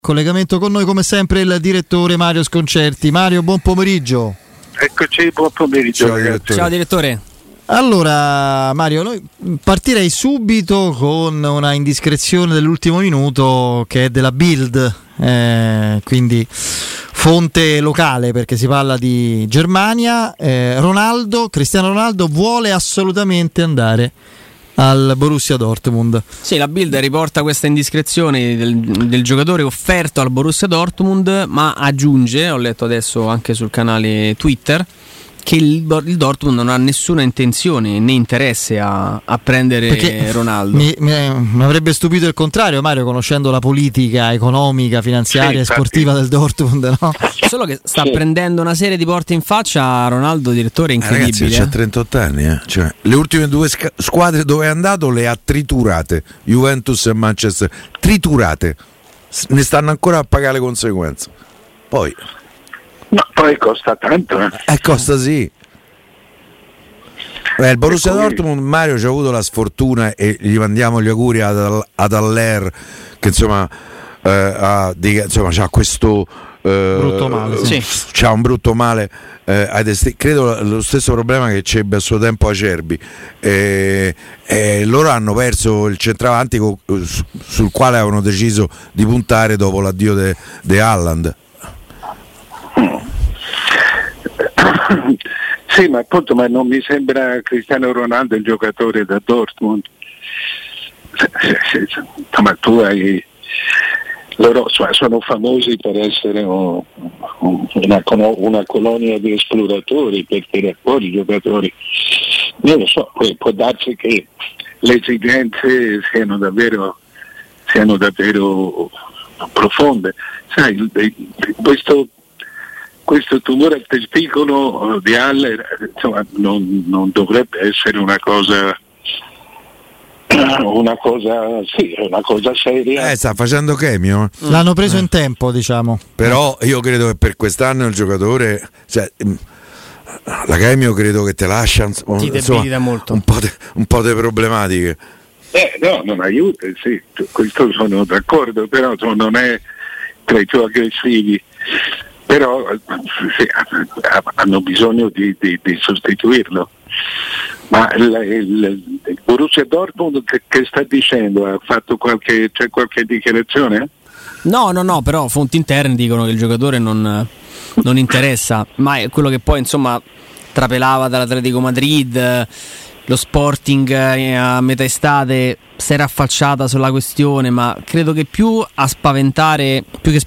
Collegamento con noi come sempre il direttore Mario Sconcerti. Mario, buon pomeriggio. Eccoci, buon pomeriggio. Ciao direttore. Allora Mario, noi partirei subito con una indiscrezione dell'ultimo minuto che è della Bild, quindi fonte locale perché si parla di Germania. Cristiano Ronaldo vuole assolutamente andare al Borussia Dortmund. Sì, la Bild riporta questa indiscrezione del giocatore offerto al Borussia Dortmund, ma aggiunge, ho letto adesso anche sul canale Twitter, che il Dortmund non ha nessuna intenzione né interesse a prendere perché Ronaldo. Mi avrebbe stupito il contrario, Mario, conoscendo la politica economica, finanziaria e sportiva del Dortmund, no? Solo che sta prendendo una serie di porte in faccia a Ronaldo, direttore, incredibile. Ragazzi, c'ha 38 anni, cioè, le ultime due squadre dove è andato le ha triturate, Juventus e Manchester, triturate, ne stanno ancora a pagare le conseguenze. Poi costa tanto. Costa sì. Il Borussia Dortmund, Mario, ci ha avuto la sfortuna e gli mandiamo gli auguri ad Haller, che insomma c'ha questo brutto male, sì. C'ha un brutto male credo lo stesso problema che c'ebbe a suo tempo Acerbi. Loro hanno perso il centravanti sul quale avevano deciso di puntare dopo l'addio di Haaland. Sì, ma appunto, ma non mi sembra Cristiano Ronaldo il giocatore da Dortmund. Ma tu hai, loro sono famosi per essere una colonia di esploratori, per tirare fuori i giocatori. Io lo so, può darsi che le esigenze siano davvero profonde. Sai, questo tumore al testicolo di Haller, insomma, non dovrebbe essere una cosa seria. Sta facendo chemio. L'hanno preso in tempo, diciamo. Però io credo che per quest'anno il giocatore, la chemio credo che te lascia molto. un po' di problematiche. No, non aiuta, sì, questo sono d'accordo, però non è tra i più aggressivi. Però sì, hanno bisogno di sostituirlo. Ma il Borussia Dortmund che sta dicendo? C'è qualche dichiarazione? No, però fonti interne dicono che il giocatore non interessa, ma è quello che poi insomma trapelava dall'Atletico Madrid. Lo Sporting a metà estate si era affacciata sulla questione, ma credo che più che spaventare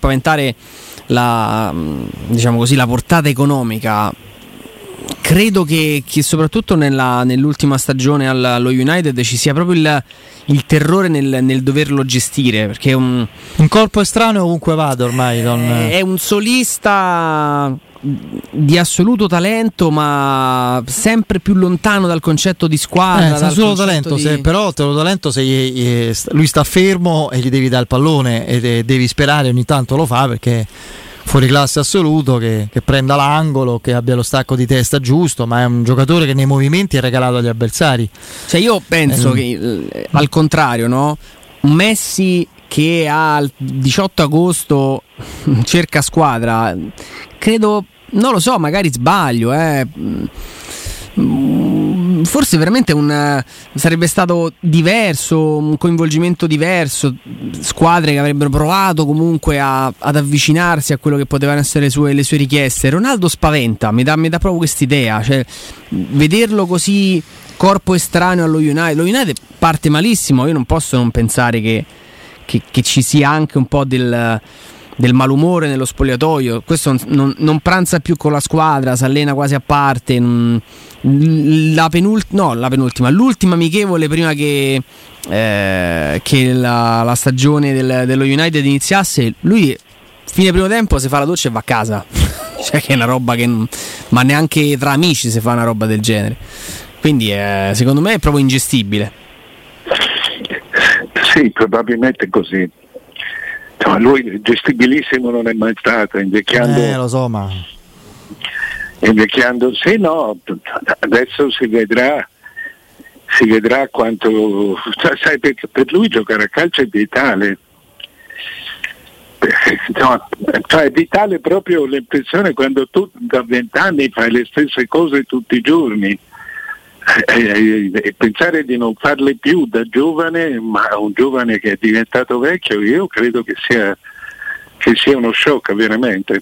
la portata economica, credo che soprattutto nell'ultima stagione allo United ci sia proprio il terrore nel doverlo gestire, perché è un corpo estraneo ovunque vada ormai. È un solista di assoluto talento, ma sempre più lontano dal concetto di squadra. Solo talento, però talento se lui sta fermo e gli devi dare il pallone e devi sperare, ogni tanto lo fa perché fuori classe assoluto, che prenda l'angolo, che abbia lo stacco di testa giusto, ma è un giocatore che nei movimenti è regalato agli avversari. Cioè io penso che al contrario, no? Un Messi che al 18 agosto cerca squadra, credo, non lo so, magari sbaglio, forse veramente sarebbe stato diverso, un coinvolgimento diverso, squadre che avrebbero provato comunque ad avvicinarsi a quello che potevano essere le sue richieste. Ronaldo spaventa, mi dà proprio quest'idea, cioè vederlo così corpo estraneo allo United. Lo United parte malissimo, io non posso non pensare che ci sia anche un po' del malumore nello spogliatoio. Questo non pranza più con la squadra, si allena quasi a parte. L'ultima amichevole prima che la stagione dello United iniziasse, lui fine primo tempo si fa la doccia e va a casa. Cioè, che è una roba ma neanche tra amici si fa una roba del genere. Quindi secondo me è proprio ingestibile. Sì, probabilmente così. No, lui gestibilissimo non è mai stato, invecchiando. Lo so, ma invecchiando, sì, no, adesso si vedrà quanto, sai, perché per lui giocare a calcio è vitale. No, cioè, è vitale proprio l'impressione quando tu da 20 anni fai le stesse cose tutti i giorni e pensare di non farle più da giovane, ma un giovane che è diventato vecchio, io credo che sia uno shock veramente.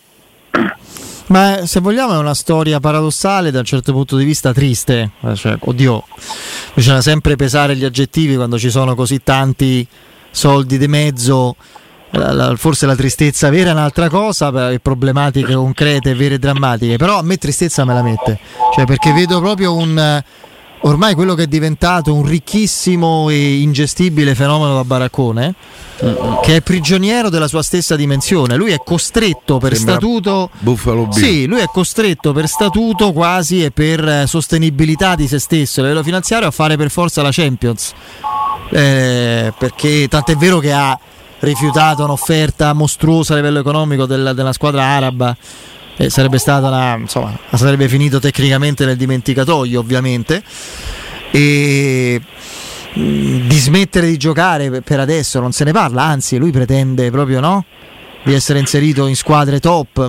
Ma se vogliamo è una storia paradossale, da un certo punto di vista triste, cioè, oddio, bisogna sempre pesare gli aggettivi quando ci sono così tanti soldi di mezzo. Forse la tristezza vera è un'altra cosa, per problematiche concrete, vere e drammatiche, però a me tristezza me la mette, cioè, perché vedo proprio ormai quello che è diventato un ricchissimo e ingestibile fenomeno da baraccone, che è prigioniero della sua stessa dimensione. Lui è costretto per statuto, Buffalo Bill. sì, lui è costretto per statuto quasi e per sostenibilità di se stesso a livello finanziario a fare per forza la Champions, perché tant'è vero che ha rifiutato un'offerta mostruosa a livello economico della squadra araba. Sarebbe stata sarebbe finito tecnicamente nel dimenticatoio, ovviamente, e di smettere di giocare per adesso non se ne parla, anzi lui pretende proprio di essere inserito in squadre top,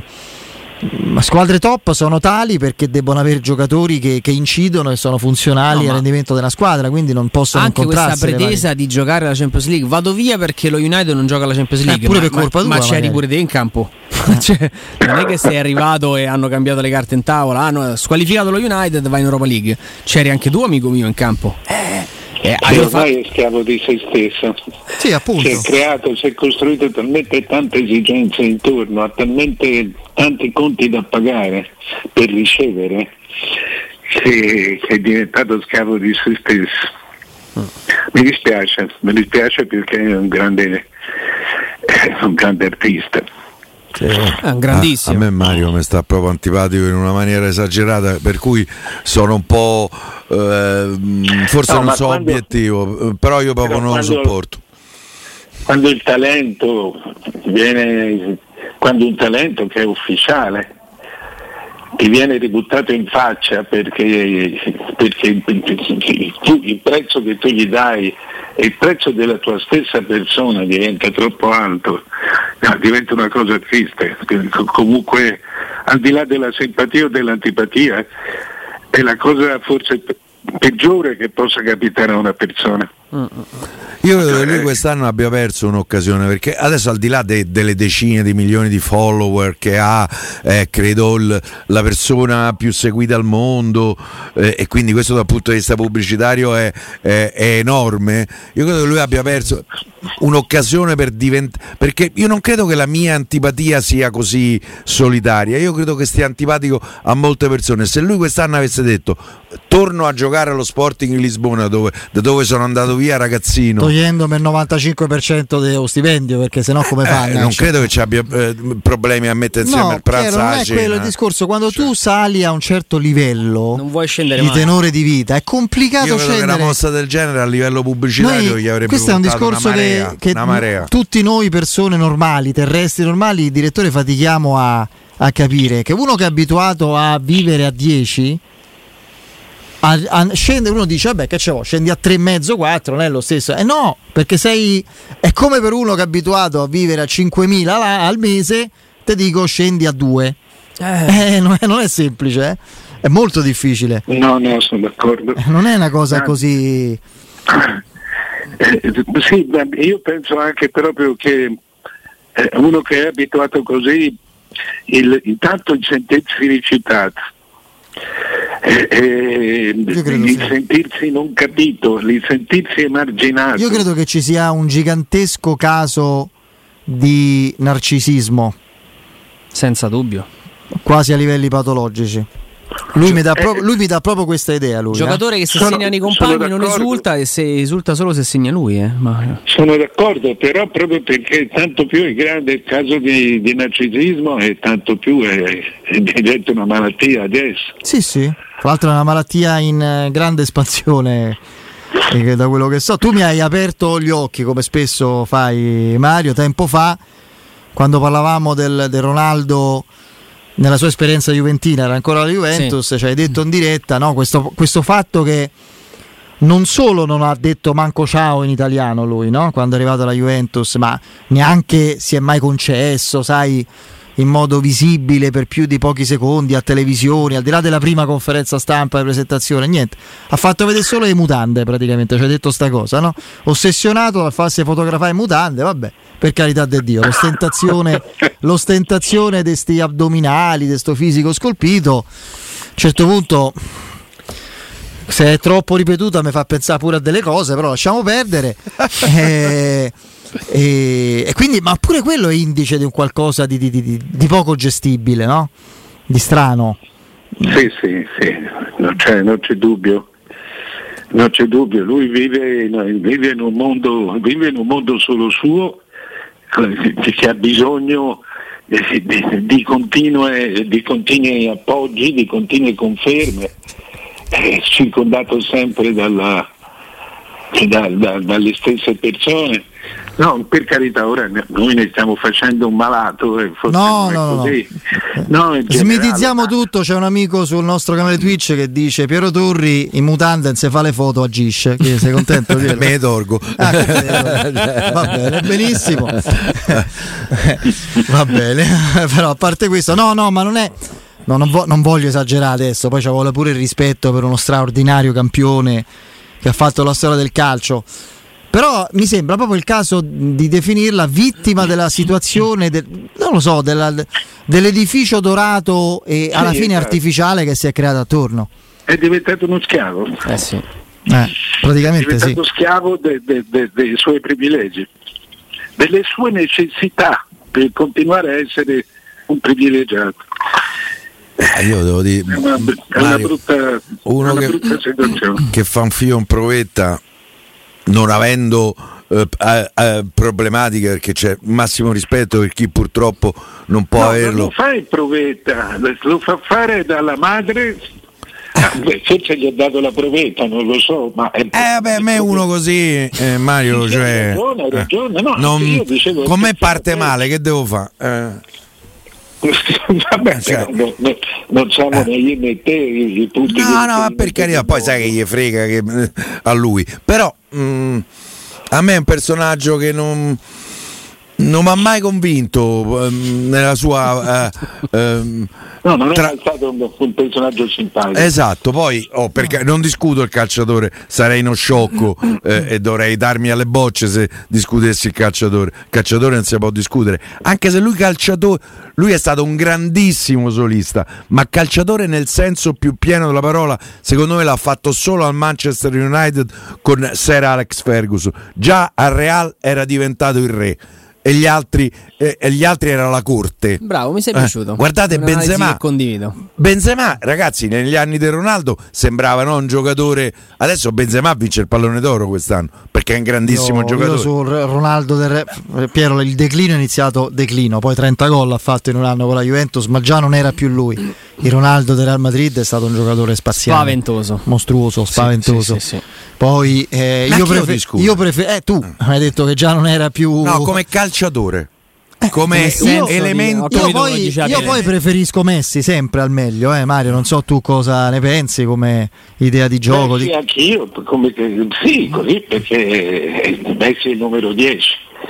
ma squadre top sono tali perché debbono avere giocatori che incidono e sono funzionali al rendimento della squadra, quindi non possono anche incontrarsi. Questa pretesa di giocare la Champions League, vado via perché lo United non gioca la Champions League, pure per colpa tua, ma c'eri magari pure te in campo. Cioè, non è che sei arrivato e hanno cambiato le carte in tavola, hanno squalificato lo United, vai in Europa League. C'eri anche tu, amico mio, in campo. Ormai è schiavo di se stesso. Sì, appunto. Si è costruito talmente tante esigenze intorno, ha talmente tanti conti da pagare per ricevere, che è diventato schiavo di se stesso. Mi dispiace perché è un grande artista. Sì. Grandissimo. A me Mario mi sta proprio antipatico in una maniera esagerata, per cui sono un po' forse non so obiettivo, però io proprio non lo sopporto. Quando il talento quando un talento che è ufficiale ti viene ributtato in faccia perché il prezzo che tu gli dai e il prezzo della tua stessa persona diventa troppo alto, diventa una cosa triste. Comunque, al di là della simpatia o dell'antipatia, è la cosa forse peggiore che possa capitare a una persona. Io credo che lui quest'anno abbia perso un'occasione, perché adesso, al di là delle decine di milioni di follower che ha, credo la persona più seguita al mondo, e quindi questo dal punto di vista pubblicitario è enorme. Io credo che lui abbia perso un'occasione per diventare, perché io non credo che la mia antipatia sia così solitaria, io credo che stia antipatico a molte persone. Se lui quest'anno avesse detto torno a giocare allo Sporting di Lisbona, da dove sono andato via ragazzino, togliendomi il 95% dello stipendio, perché sennò come fai? Non credo che ci abbia problemi a mettere insieme il pranzo. Non è quello il discorso. Quando tu sali a un certo livello, non vuoi scendere di mai. Tenore di vita, è complicato io credo scendere. Che una mossa del genere a livello pubblicitario gli avrebbe questo è un discorso che tutti noi persone normali, terrestri normali, il direttore fatichiamo a capire, che uno che è abituato a vivere a 10 scende, uno dice vabbè che ce l'ho, scendi a 3,5, 4, non è lo stesso. No, perché è come per uno che è abituato a vivere a 5.000 al mese, te dico scendi a 2. Non è semplice, è molto difficile. No, sono d'accordo. Non è una cosa così. Sì, io penso anche proprio che uno che è abituato così, intanto il sentirsi rifiutato, il sentirsi non capito, il sentirsi emarginato. Io credo che ci sia un gigantesco caso di narcisismo, senza dubbio, quasi a livelli patologici. Lui mi dà proprio questa idea. Lui, giocatore che se segnano i compagni non esulta, e se esulta solo se segna lui. Sono d'accordo, però proprio perché tanto più è grande il caso di narcisismo e tanto più è diventa una malattia adesso. Sì, tra l'altro è una malattia in grande espansione, da quello che so. Tu mi hai aperto gli occhi, come spesso fai, Mario, tempo fa, quando parlavamo del Ronaldo nella sua esperienza juventina, era ancora la Juventus, sì. Ci hai detto in diretta, no? Questo fatto che non solo non ha detto manco ciao in italiano lui, no? Quando è arrivato alla Juventus, ma neanche si è mai concesso, sai, in modo visibile per più di pochi secondi a televisioni, al di là della prima conferenza stampa e presentazione, niente, ha fatto vedere solo le mutande praticamente, ci ha detto sta cosa, no? Ossessionato da farsi fotografare in mutande, vabbè, per carità di Dio, l'ostentazione di sti addominali, di sto fisico scolpito, a un certo punto, se è troppo ripetuta mi fa pensare pure a delle cose, però lasciamo perdere. E quindi, ma pure quello è indice di un qualcosa di poco gestibile, no? Di strano. Sì, non c'è dubbio. Non c'è dubbio, lui vive in un mondo solo suo, che ha bisogno di continui appoggi, di continue conferme, circondato sempre dalle stesse persone. No, per carità, ora noi ne stiamo facendo un malato, forse no. così. No, smitizziamo tutto. C'è un amico sul nostro canale Twitch che dice: Piero Turri in mutande non si fa le foto, agisce. Sei contento? Me ne torgo. Va bene, benissimo. Va bene, però a parte questo, no, ma non è. No, non voglio esagerare adesso, poi ci vuole pure il rispetto per uno straordinario campione che ha fatto la storia del calcio. Però mi sembra proprio il caso di definirla vittima della situazione, non lo so, dell'edificio dorato e alla fine artificiale che si è creato attorno. È diventato uno schiavo. Sì. Praticamente è diventato schiavo dei suoi privilegi, delle sue necessità per continuare a essere un privilegiato. Io devo dire, è una brutta situazione. Che fa un figlio in provetta, non avendo problematiche, perché c'è massimo rispetto per chi purtroppo non può averlo. Non lo fa in provetta, lo fa fare dalla madre. Forse gli ha dato la provetta, non lo so, ma a me uno così, Mario, sì, cioè hai ragione. No, io dicevo, con me parte male, che devo fare? Vabbè, non siamo né io né te i punti. No, ma per carità, poi sai che gli frega che, a lui. Però a me è un personaggio che non mi ha mai convinto nella sua no, non è stato un personaggio simpatico. Esatto, poi perché non discuto il calciatore, sarei uno sciocco e dovrei darmi alle bocce se discutessi il calciatore. Il calciatore non si può discutere, anche se lui è stato un grandissimo solista, ma calciatore nel senso più pieno della parola, secondo me l'ha fatto solo al Manchester United con Sir Alex Ferguson. Già al Real era diventato il re. E gli altri era la corte. Bravo, mi sei piaciuto. Guardate Benzema. Condivido. Benzema, ragazzi, negli anni di Ronaldo sembrava un giocatore. Adesso Benzema vince il pallone d'oro quest'anno perché è un grandissimo giocatore. Io su Ronaldo Piero, il declino è iniziato poi 30 gol ha fatto in un anno con la Juventus, ma già non era più lui. Il Ronaldo del Real Madrid è stato un giocatore spaziale, spaventoso, mostruoso, spaventoso. Sì. Poi io preferisco. Tu hai detto che già non era più. No, come calciatore. Come elemento. Io poi preferisco Messi sempre al meglio, Mario. Non so tu cosa ne pensi come idea di gioco. Sì, anch'io, sì, così, perché Messi è il numero 10.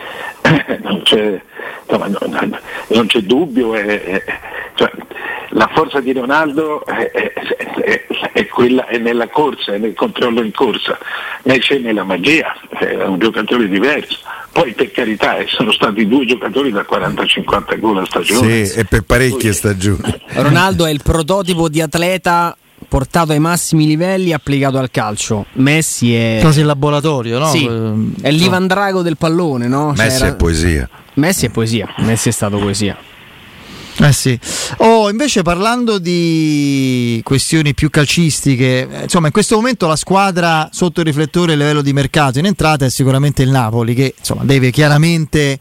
Non c'è dubbio. Cioè, la forza di Ronaldo è quella, è nella corsa, è nel controllo in corsa. Messi è nella magia, è un giocatore diverso. Poi per carità sono stati 2 giocatori da 40-50 gol a stagione. Sì, e per parecchie stagioni. Ronaldo è il prototipo di atleta portato ai massimi livelli applicato al calcio. Messi è quasi il laboratorio, no? Sì, è l'Ivan Drago del pallone, no? Messi è poesia. Messi è stato poesia. Sì. Invece parlando di questioni più calcistiche, insomma in questo momento la squadra sotto il riflettore a livello di mercato in entrata è sicuramente il Napoli, che insomma deve chiaramente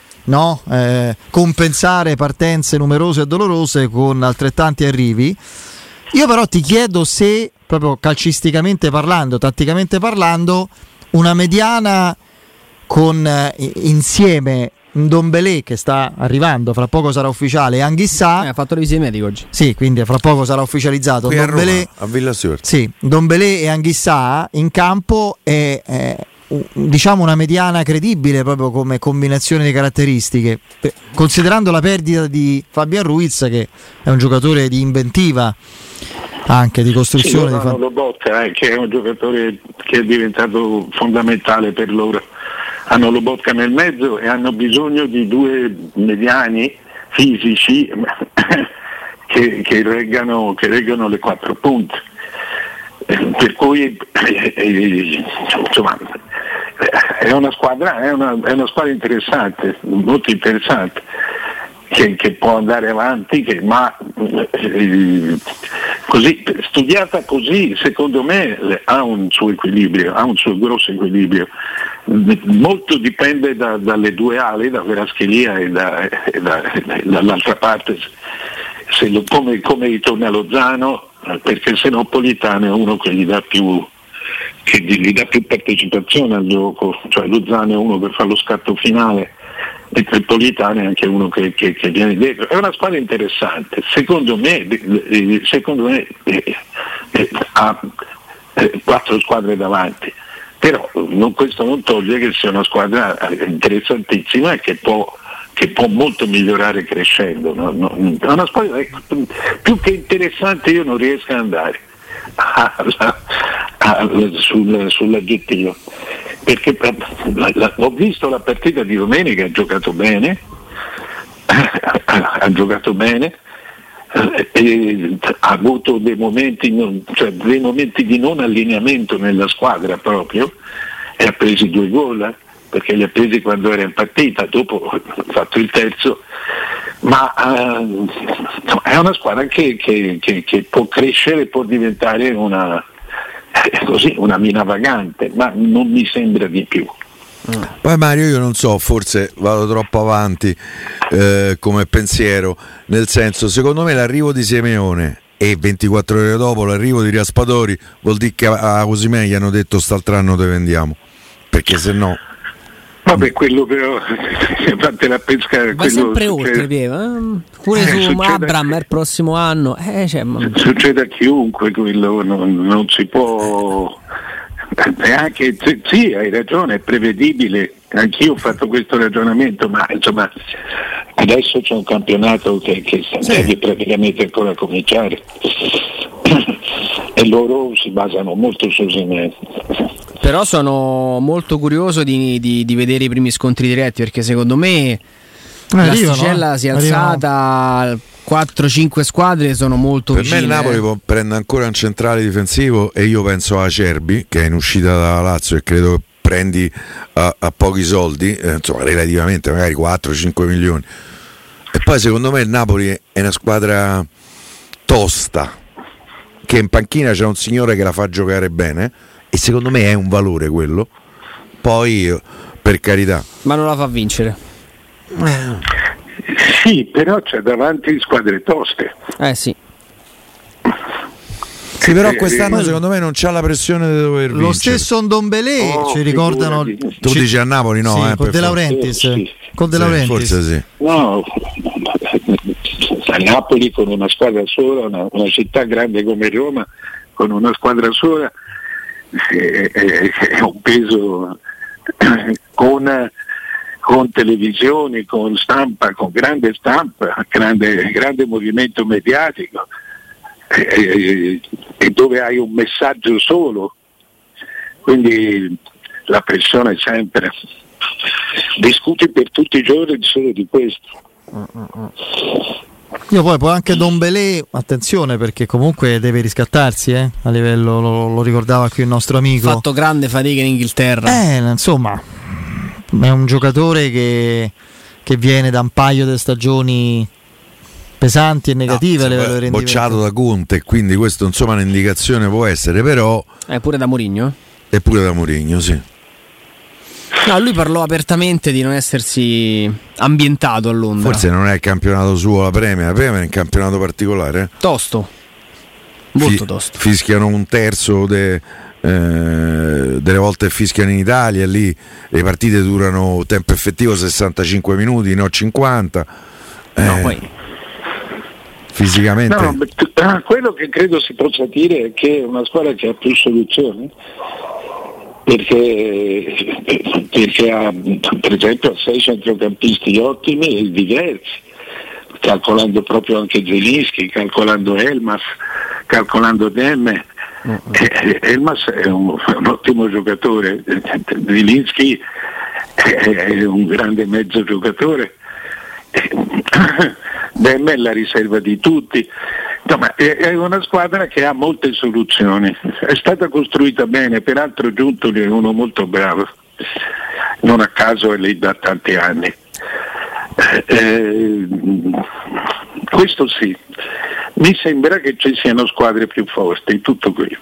compensare partenze numerose e dolorose con altrettanti arrivi. Io però ti chiedo se, proprio calcisticamente parlando, tatticamente parlando, una mediana con insieme Ndombele che sta arrivando, fra poco sarà ufficiale, e Anghissà. Ha fatto le visite mediche oggi. Sì, quindi fra poco sarà ufficializzato. Qui Ndombele, a Roma, a Villa Stewart. sì, Ndombele e Anghissà in campo è diciamo una mediana credibile proprio come combinazione di caratteristiche, considerando la perdita di Fabian Ruiz, che è un giocatore di inventiva, anche di costruzione. Sì, lo Lobotka, che è un giocatore che è diventato fondamentale per loro. Hanno Lobotka nel mezzo e hanno bisogno di due mediani fisici che reggano le 4 punte. Per cui insomma è una squadra interessante, molto interessante, che può andare avanti, ma così, studiata così, secondo me ha un suo equilibrio, ha un suo grosso equilibrio. Molto dipende dalle due ali, da Kvaratskhelia e dall'altra parte, come ritorna Lozano, perché se no Politano è uno che gli dà più partecipazione al gioco, cioè Lozano è uno che fa lo scatto finale e Politano è anche uno che viene dietro. È una squadra interessante, secondo me ha 4 squadre davanti, però questo non toglie che sia una squadra interessantissima e che può molto migliorare crescendo, no? È una squadra più che interessante, io non riesco ad andare sull'aggettivo, perché ho visto la partita di domenica, ha giocato bene, e ha avuto dei momenti di non allineamento nella squadra proprio, e ha preso 2 gol, perché li ha presi quando era in partita, dopo ha fatto il terzo, ma è una squadra che può crescere, può diventare una mina vagante, ma non mi sembra di più. Poi Mario, io non so, forse vado troppo avanti come pensiero, nel senso, secondo me l'arrivo di Simeone e 24 ore dopo l'arrivo di Raspadori vuol dire che a Osimhen gli hanno detto st'altro anno te vendiamo, perché se no... Vabbè, quello però fatela pescare. Va sempre oltre, Piero. Pure su Abram il prossimo anno. Succede a chiunque, quello non si può. Anche sì, hai ragione, è prevedibile. Anch'io ho fatto questo ragionamento, ma insomma adesso c'è un campionato che deve praticamente ancora cominciare e loro si basano molto su Osimhen. Però sono molto curioso di vedere i primi scontri diretti, perché secondo me l'asticella si è alzata, 4-5 squadre sono molto vicine. Per me il Napoli prende ancora un centrale difensivo e io penso a Acerbi, che è in uscita dalla Lazio e credo che prendi a pochi soldi, insomma relativamente, magari 4-5 milioni. E poi secondo me il Napoli è una squadra tosta, che in panchina c'è un signore che la fa giocare bene, e secondo me è un valore quello. Poi per carità, ma non la fa vincere. Sì, però c'è davanti squadre toste. Sì. Sì, però quest'anno secondo me non c'ha la pressione di dover vincere. Lo stesso Ndombele ci ricordano. Tu dici a Napoli, no? Sì, con De Laurentiis. Sì. Con De Laurentiis. Forse sì. No, a Napoli con una squadra sola, una città grande come Roma, con una squadra sola, è un peso con televisioni, con stampa, con grande stampa, grande movimento mediatico, e dove hai un messaggio solo, quindi la pressione è sempre, discuti per tutti i giorni solo di questo. Io poi anche Ndombele, attenzione, perché comunque deve riscattarsi a livello, lo ricordava qui il nostro amico, ha fatto grande fatica in Inghilterra, insomma è un giocatore che viene da un paio di stagioni pesanti e negative a livello di rendimento. Bocciato da Conte, quindi questo insomma un'indicazione può essere, però è pure da Mourinho. È pure da Mourinho, sì. No, lui parlò apertamente di non essersi ambientato a Londra. Forse non è il campionato suo, la Premier è un campionato particolare. Tosto, molto tosto. Fischiano un terzo delle volte fischiano in Italia, lì le partite durano tempo effettivo 65 minuti, no 50. Poi Fisicamente quello che credo si possa dire è che è una squadra che ha più soluzioni, perché ha, per esempio, 6 centrocampisti ottimi e diversi, calcolando proprio anche Zelinski, calcolando Elmas, calcolando Demme. Elmas è un ottimo giocatore, Zelinski è un grande mezzo giocatore, Demme è la riserva di tutti. Insomma, è una squadra che ha molte soluzioni, è stata costruita bene, peraltro Giuntoli è uno molto bravo, non a caso è lì da tanti anni. Questo sì, mi sembra che ci siano squadre più forti, tutto qui.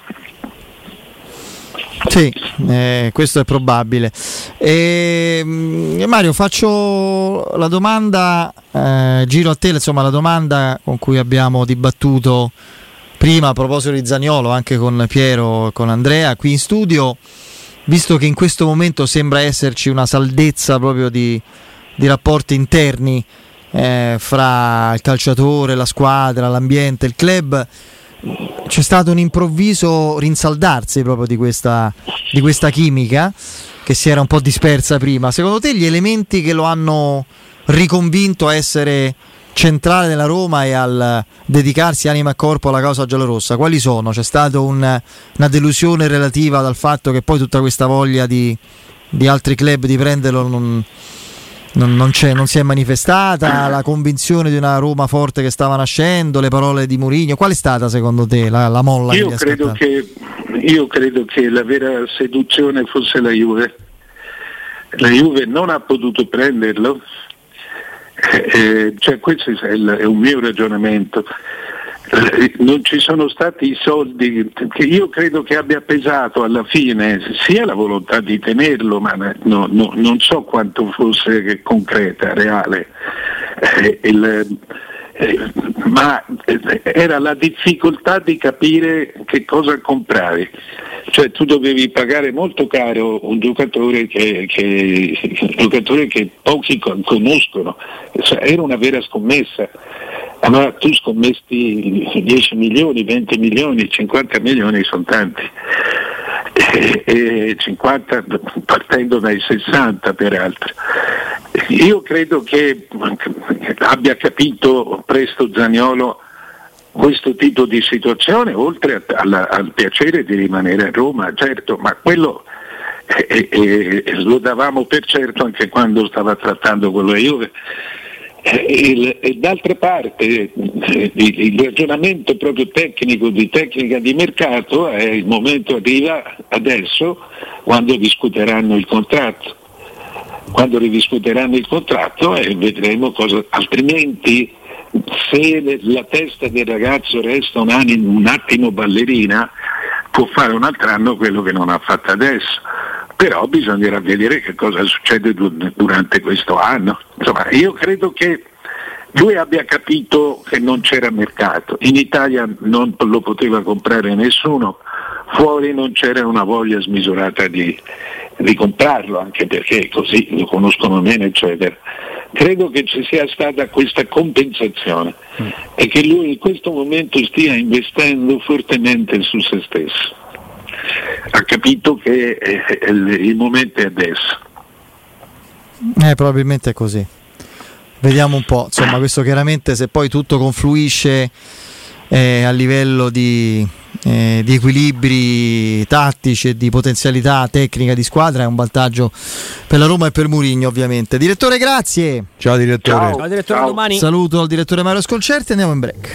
Sì, questo è probabile. Mario, faccio la domanda, giro a te, insomma, la domanda con cui abbiamo dibattuto prima a proposito di Zaniolo, anche con Piero e con Andrea qui in studio, visto che in questo momento sembra esserci una saldezza proprio di rapporti interni fra il calciatore, la squadra, l'ambiente, il club. C'è stato un improvviso rinsaldarsi proprio di questa chimica che si era un po' dispersa prima. Secondo te gli elementi che lo hanno riconvinto a essere centrale nella Roma e al dedicarsi anima e corpo alla causa giallorossa, quali sono? C'è stata una delusione relativa dal fatto che poi tutta questa voglia di altri club di prenderlo non si è manifestata, la convinzione di una Roma forte che stava nascendo, le parole di Mourinho? Qual è stata secondo te la molla? Io credo che la vera seduzione fosse la Juve. La Juve non ha potuto prenderlo, cioè questo è un mio ragionamento. Non ci sono stati i soldi, che io credo che abbia pesato alla fine sia la volontà di tenerlo, ma non so quanto fosse concreta, reale, ma era la difficoltà di capire che cosa compravi. Cioè tu dovevi pagare molto caro un giocatore che pochi conoscono, cioè, era una vera scommessa. Allora tu scommesti 10 milioni, 20 milioni, 50 milioni sono tanti, e 50 partendo dai 60 peraltro. Io credo che abbia capito presto Zaniolo questo tipo di situazione, oltre al piacere di rimanere a Roma, certo, ma quello lo davamo per certo anche quando stava trattando con la Juve. E d'altra parte il ragionamento proprio tecnico, di tecnica di mercato, è il momento arriva adesso, quando discuteranno il contratto. Quando ridiscuteranno il contratto vedremo cosa, altrimenti se la testa del ragazzo resta un attimo ballerina, può fare un altro anno quello che non ha fatto adesso. Però bisognerà vedere che cosa succede durante questo anno. Insomma, io credo che lui abbia capito che non c'era mercato. In Italia non lo poteva comprare nessuno, fuori non c'era una voglia smisurata di comprarlo, anche perché così lo conoscono bene, eccetera. Credo che ci sia stata questa compensazione e che lui in questo momento stia investendo fortemente su se stesso. Ha capito che il momento è adesso. Probabilmente è così. Vediamo un po', insomma, questo chiaramente, se poi tutto confluisce a livello di equilibri tattici e di potenzialità tecnica di squadra, è un vantaggio per la Roma e per Mourinho, ovviamente. Direttore, grazie. Ciao direttore. Ciao direttore, Ciao. domani. Saluto al direttore Mario Sconcerti, andiamo in break.